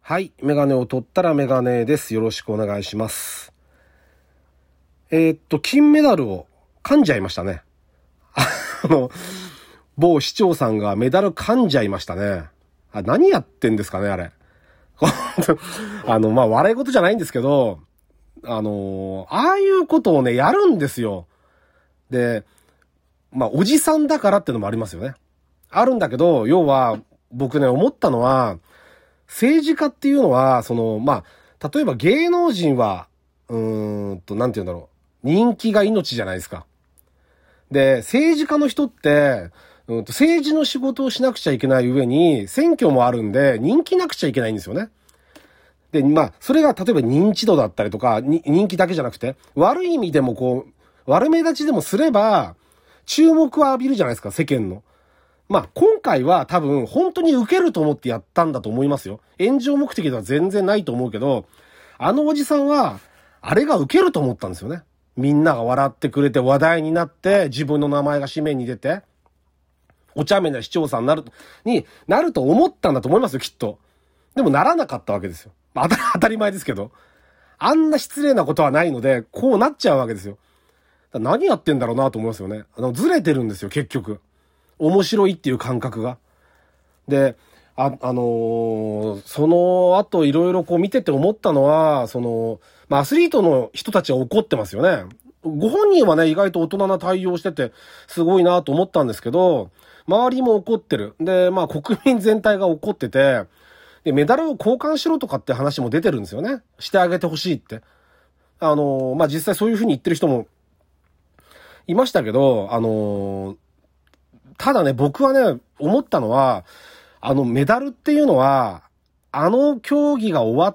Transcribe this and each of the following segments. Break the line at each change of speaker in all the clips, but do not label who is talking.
はい。メガネを取ったらメガネです。よろしくお願いします。金メダルを噛んじゃいましたね。某市長さんがメダル噛んじゃいましたね。何やってんですかね、あれ。笑い事じゃないんですけど、ああいうことをね、やるんですよ。で、おじさんだからってのもありますよね。あるんだけど、要は、僕ね、思ったのは、政治家っていうのは、例えば芸能人は、なんて言うんだろう。人気が命じゃないですか。で、政治家の人って、政治の仕事をしなくちゃいけない上に、選挙もあるんで、人気なくちゃいけないんですよね。で、それが例えば認知度だったりとか、人気だけじゃなくて、悪い意味でも悪目立ちでもすれば、注目は浴びるじゃないですか、世間の。今回は多分本当に受けると思ってやったんだと思いますよ。炎上目的では全然ないと思うけど、あのおじさんは、あれが受けると思ったんですよね。みんなが笑ってくれて話題になって、自分の名前が紙面に出て、お茶目な市長さんになると思ったんだと思いますよ、きっと。でもならなかったわけですよ。当たり前ですけど。あんな失礼なことはないので、こうなっちゃうわけですよ。何やってんだろうなと思いますよね。ずれてるんですよ、結局。面白いっていう感覚が。で、その後いろいろ見てて思ったのは、アスリートの人たちは怒ってますよね。ご本人はね、意外と大人な対応してて、すごいなと思ったんですけど、周りも怒ってる。で、国民全体が怒ってて、で、メダルを交換しろとかって話も出てるんですよね。してあげてほしいって。実際そういう風に言ってる人もいましたけど、ただね、僕はね、思ったのは、メダルっていうのは、競技が終わって、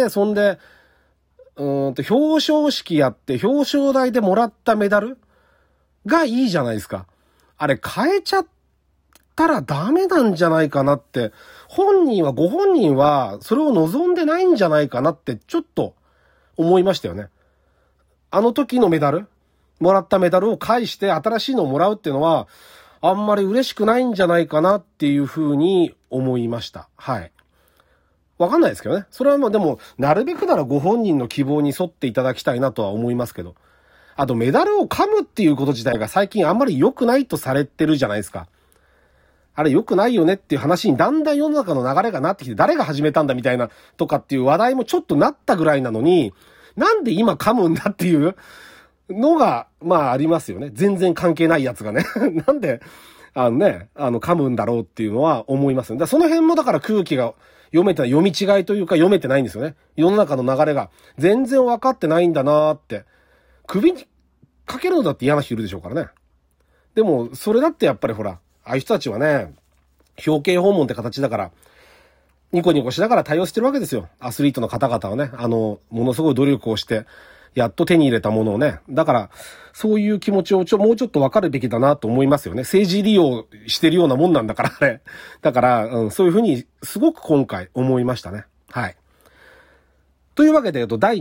そんで、表彰式やって、表彰台でもらったメダルがいいじゃないですか。あれ変えちゃったらダメなんじゃないかなって、ご本人は、それを望んでないんじゃないかなって、ちょっと思いましたよね。あの時のもらったメダルを返して新しいのをもらうっていうのは、あんまり嬉しくないんじゃないかなっていう風に思いました。はい。わかんないですけどね。それはでも、なるべくならご本人の希望に沿っていただきたいなとは思いますけど。あと、メダルを噛むっていうこと自体が最近あんまり良くないとされてるじゃないですか。あれ良くないよねっていう話にだんだん世の中の流れがなってきて、誰が始めたんだみたいなとかっていう話題もちょっとなったぐらいなのに、なんで今噛むんだっていうのが、ありますよね。全然関係ないやつがね。なんで、噛むんだろうっていうのは思いますよね。その辺もだから空気が読み違いというか読めてないんですよね。世の中の流れが全然分かってないんだなーって。首にかけるのだって嫌な人いるでしょうからね。でも、それだってやっぱりほら、ああいう人たちはね、表敬訪問って形だから、ニコニコしながら対応してるわけですよ。アスリートの方々はね、ものすごい努力をして、やっと手に入れたものをね。だから、そういう気持ちをもうちょっと分かるべきだなと思いますよね。政治利用してるようなもんなんだから、あれ。だから、そういうふうに、すごく今回思いましたね。はい。というわけで、第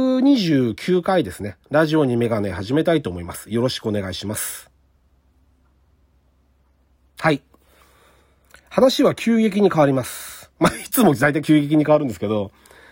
229回ですね。ラジオにメガネ始めたいと思います。よろしくお願いします。はい。話は急激に変わります。いつも大体急激に変わるんですけど、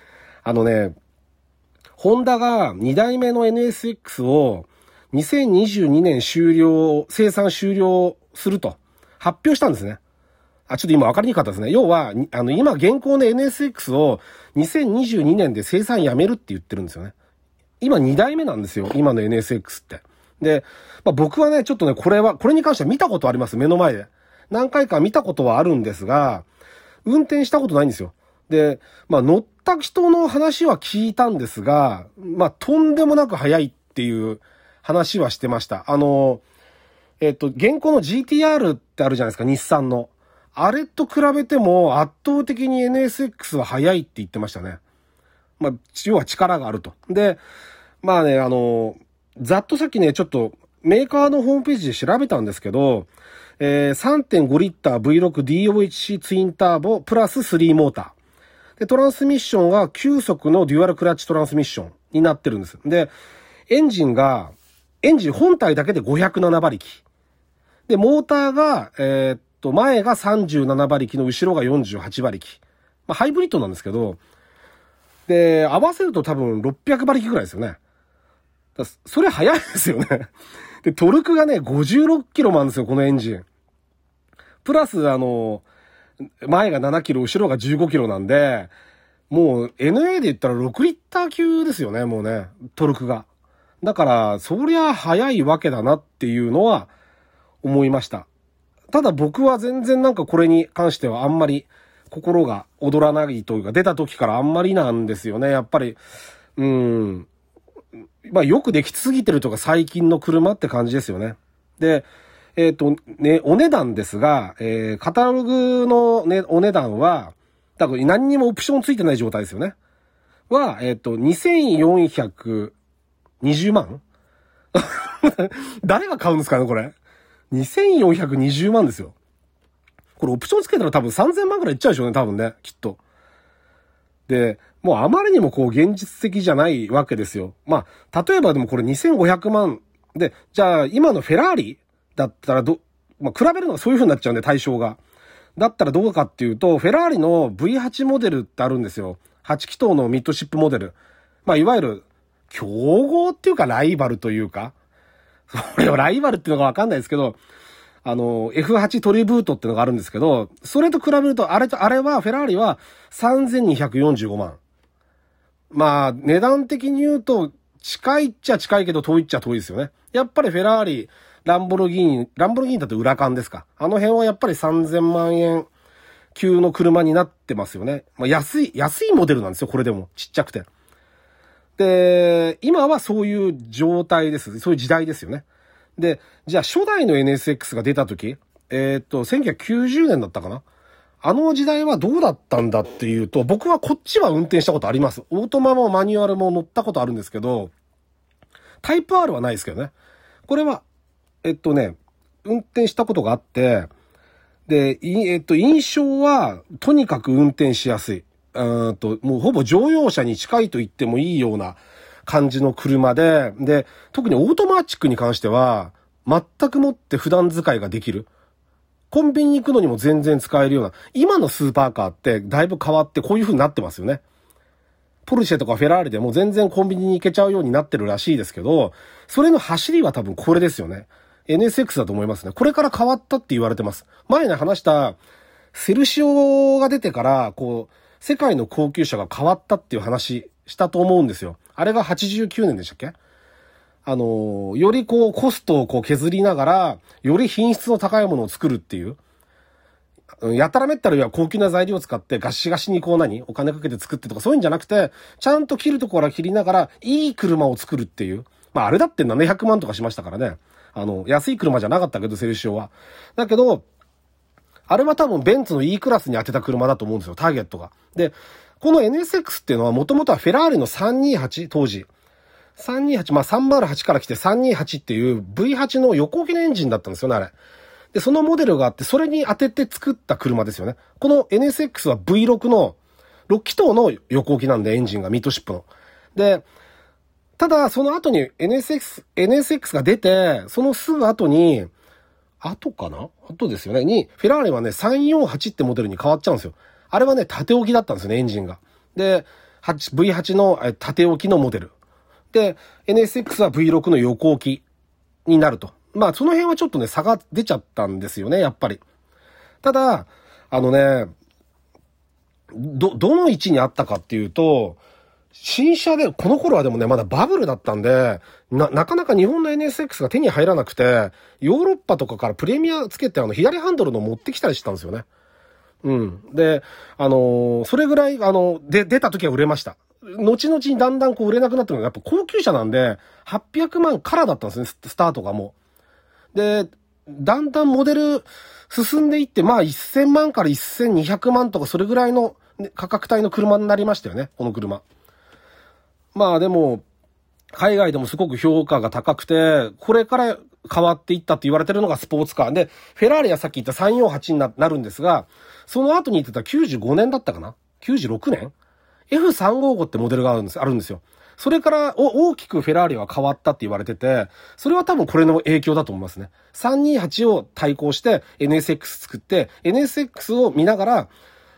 ホンダが2代目の NSX を2022年生産終了すると発表したんですね。ちょっと今分かりにくかったですね。要は、今現行の NSX を2022年で生産やめるって言ってるんですよね。今2代目なんですよ。今の NSX って。で、僕はね、ちょっとね、これに関しては見たことあります。目の前で。何回か見たことはあるんですが、運転したことないんですよ。で、乗った人の話は聞いたんですが、とんでもなく速いっていう話はしてました。現行の GTR ってあるじゃないですか、日産の。あれと比べても圧倒的に NSX は速いって言ってましたね。要は力があると。で、ざっとさっきね、ちょっとメーカーのホームページで調べたんですけど、3.5 リッター V6DOHC ツインターボプラス3モーター。で、トランスミッションが9速のデュアルクラッチトランスミッションになってるんです。で、エンジン本体だけで507馬力。で、モーターが、前が37馬力の後ろが48馬力。 まあ、ハイブリッドなんですけど、で、合わせると多分600馬力ぐらいですよね。それ速いですよね。で、トルクがね、56キロもあるんですよ、このエンジン。プラス、前が7キロ、後ろが15キロなんで、もう NA で言ったら6リッター級ですよね、もうね、トルクが。だから、そりゃ速いわけだなっていうのは思いました。ただ僕は全然なんかこれに関してはあんまり心が躍らないというか、出た時からあんまりなんですよね、やっぱり。まあよくできすぎてるとか最近の車って感じですよね。で、お値段ですが、カタログのね、お値段は、多分何にもオプションついてない状態ですよね。は、2420万誰が買うんですかね、これ。2420万ですよ。これオプションつけたら多分3000万くらいいっちゃうでしょうね、多分ね、きっと。で、もうあまりにもこう現実的じゃないわけですよ。まあ、例えばでもこれ2500万で、じゃあ今のフェラーリだったらまあ、比べるのはそういう風になっちゃうんで対象が。だったらどうかっていうと、フェラーリの V8 モデルってあるんですよ。8気筒のミッドシップモデル。まあ、いわゆる、競合っていうかライバルというか、それをライバルっていうのがわかんないですけど、F8 トリブートっていうのがあるんですけど、それと比べると、あれは、フェラーリは3245万。まあ、値段的に言うと、近いっちゃ近いけど遠いっちゃ遠いですよね。やっぱりフェラーリ、ランボルギーニだと裏缶ですか。あの辺はやっぱり3000万円級の車になってますよね。まあ、安いモデルなんですよ、これでも。ちっちゃくて。で、今はそういう状態です。そういう時代ですよね。で、じゃあ初代の NSX が出た時、1990年だったかな。あの時代はどうだったんだっていうと、僕はこっちは運転したことあります。オートマもマニュアルも乗ったことあるんですけど、タイプ R はないですけどね。これは、運転したことがあって、で、印象は、とにかく運転しやすい。もうほぼ乗用車に近いと言ってもいいような感じの車で、で、特にオートマチックに関しては、全くもって普段使いができる。コンビニ行くのにも全然使えるような、今のスーパーカーってだいぶ変わってこういう風になってますよね。ポルシェとかフェラーリでも全然コンビニに行けちゃうようになってるらしいですけど、それの走りは多分これですよね。NSX だと思いますね。これから変わったって言われてます。前に話したセルシオが出てから、こう、世界の高級車が変わったっていう話したと思うんですよ。あれが89年でしたっけ？よりこうコストをこう削りながら、より品質の高いものを作るっていう。やたらめったらは高級な材料を使ってガシガシにこうお金かけて作ってとかそういうんじゃなくて、ちゃんと切るところは切りながら、いい車を作るっていう。まああれだって700万とかしましたからね。安い車じゃなかったけど、セルシオは。だけど、あれは多分ベンツの E クラスに当てた車だと思うんですよ、ターゲットが。で、この NSX っていうのはもともとはフェラーリの328、当時。328、まあ308から来て328っていう V8 の横置きのエンジンだったんですよね、あれ。で、そのモデルがあって、それに当てて作った車ですよね。この NSX は V6 の6気筒の横置きなんで、エンジンがミッドシップの。で、ただ、その後に NSX が出て、そのすぐ後に、後ですよね。に、フェラーリはね、348ってモデルに変わっちゃうんですよ。あれはね、縦置きだったんですよね、エンジンが。で、V8 の縦置きのモデル。で、NSX は V6 の横置きになると。まあ、その辺はちょっとね、差が出ちゃったんですよね、やっぱり。ただ、どの位置にあったかっていうと、新車で、この頃はでもね、まだバブルだったんで、なかなか日本の NSX が手に入らなくて、ヨーロッパとかからプレミアつけて左ハンドルの持ってきたりしてたんですよね。うん。で、それぐらい、出た時は売れました。後々にだんだんこう売れなくなったのが、やっぱ高級車なんで、800万からだったんですね、スタートがもう。で、だんだんモデル進んでいって、まあ1000万から1200万とかそれぐらいの価格帯の車になりましたよね、この車。まあでも、海外でもすごく評価が高くて、これから変わっていったって言われてるのがスポーツカーで、フェラーリはさっき言った348になるんですが、その後に言ってた95年だったかな ?96 年 ?F355 ってモデルがあるんですよ。それから大きくフェラーリは変わったって言われてて、それは多分これの影響だと思いますね。328を対抗して NSX 作って、NSX を見ながら、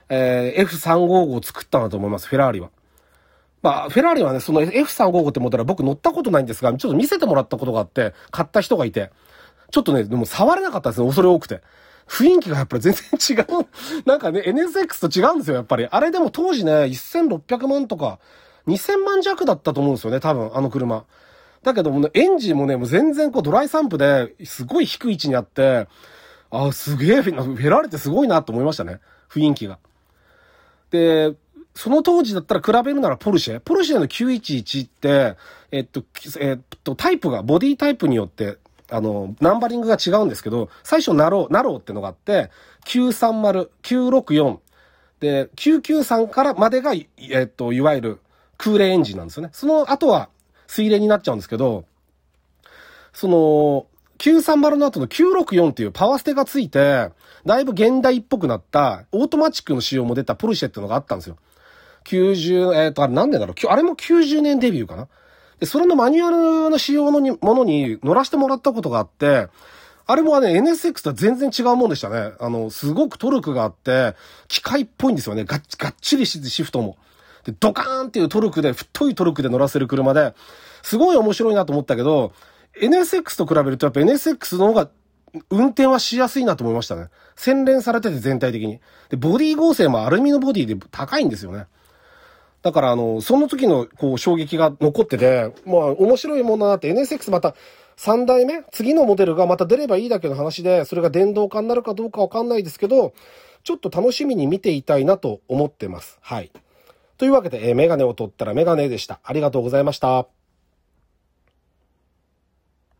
F355 を作ったんだと思います、フェラーリは。まあ、フェラーリはね、その F355 ってモデルは僕乗ったことないんですが、ちょっと見せてもらったことがあって、買った人がいて、ちょっとね、でも触れなかったですね、恐れ多くて。雰囲気がやっぱり全然違う。なんかね、NSX と違うんですよ、やっぱり。あれでも当時ね、1600万とか、2000万弱だったと思うんですよね、多分、あの車。だけどもね、エンジンもね、もう全然こうドライ散布ですごい低い位置にあって、あ、すげえ、フェラーリってすごいなと思いましたね、雰囲気が。で、その当時だったら比べるならポルシェの911って、タイプが、ボディタイプによって、ナンバリングが違うんですけど、最初ナローってのがあって、930、964、で、993からまでが、いわゆる空冷エンジンなんですよね。その後は水冷になっちゃうんですけど、その、930の後の964っていうパワーステがついて、だいぶ現代っぽくなったオートマチックの仕様も出たポルシェっていうのがあったんですよ。90、あれ何年だろう、あれも90年デビューかな。で、それのマニュアルの仕様のものに乗らせてもらったことがあって、あれもね、NSX とは全然違うもんでしたね。すごくトルクがあって、機械っぽいんですよね。がっちりしてシフトも。で、ドカーンっていうトルクで、太いトルクで乗らせる車で、すごい面白いなと思ったけど、NSX と比べるとやっぱ NSX の方が運転はしやすいなと思いましたね。洗練されてて全体的に。で、ボディ合成もアルミのボディで高いんですよね。だからその時のこう衝撃が残ってて、まあ面白いものだなって NSX また3代目次のモデルがまた出ればいいだけの話で、それが電動化になるかどうかわかんないですけど、ちょっと楽しみに見ていたいなと思ってます。はい。というわけで、メガネを取ったらメガネでした。ありがとうございました。